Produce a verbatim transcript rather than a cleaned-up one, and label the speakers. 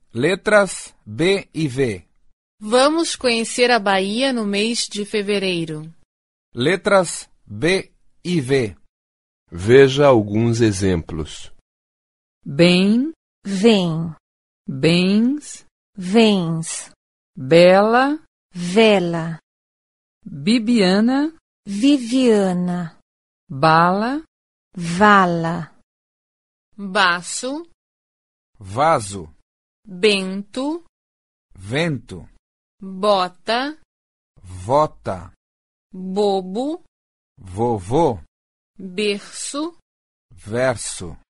Speaker 1: Letras B e V.
Speaker 2: Vamos conhecer a Bahia no mês de fevereiro.
Speaker 1: Letras B e V.
Speaker 3: Veja alguns exemplos.
Speaker 4: Bem,
Speaker 5: vem,
Speaker 4: bens,
Speaker 5: vens,
Speaker 4: bela,
Speaker 5: vela,
Speaker 4: Bibiana,
Speaker 5: Viviana,
Speaker 4: bala,
Speaker 5: vala,
Speaker 2: Baço,
Speaker 1: Vaso,
Speaker 2: bento,
Speaker 1: vento,
Speaker 2: bota,
Speaker 1: vota,
Speaker 2: bobo,
Speaker 1: vovô,
Speaker 2: berço,
Speaker 1: verso.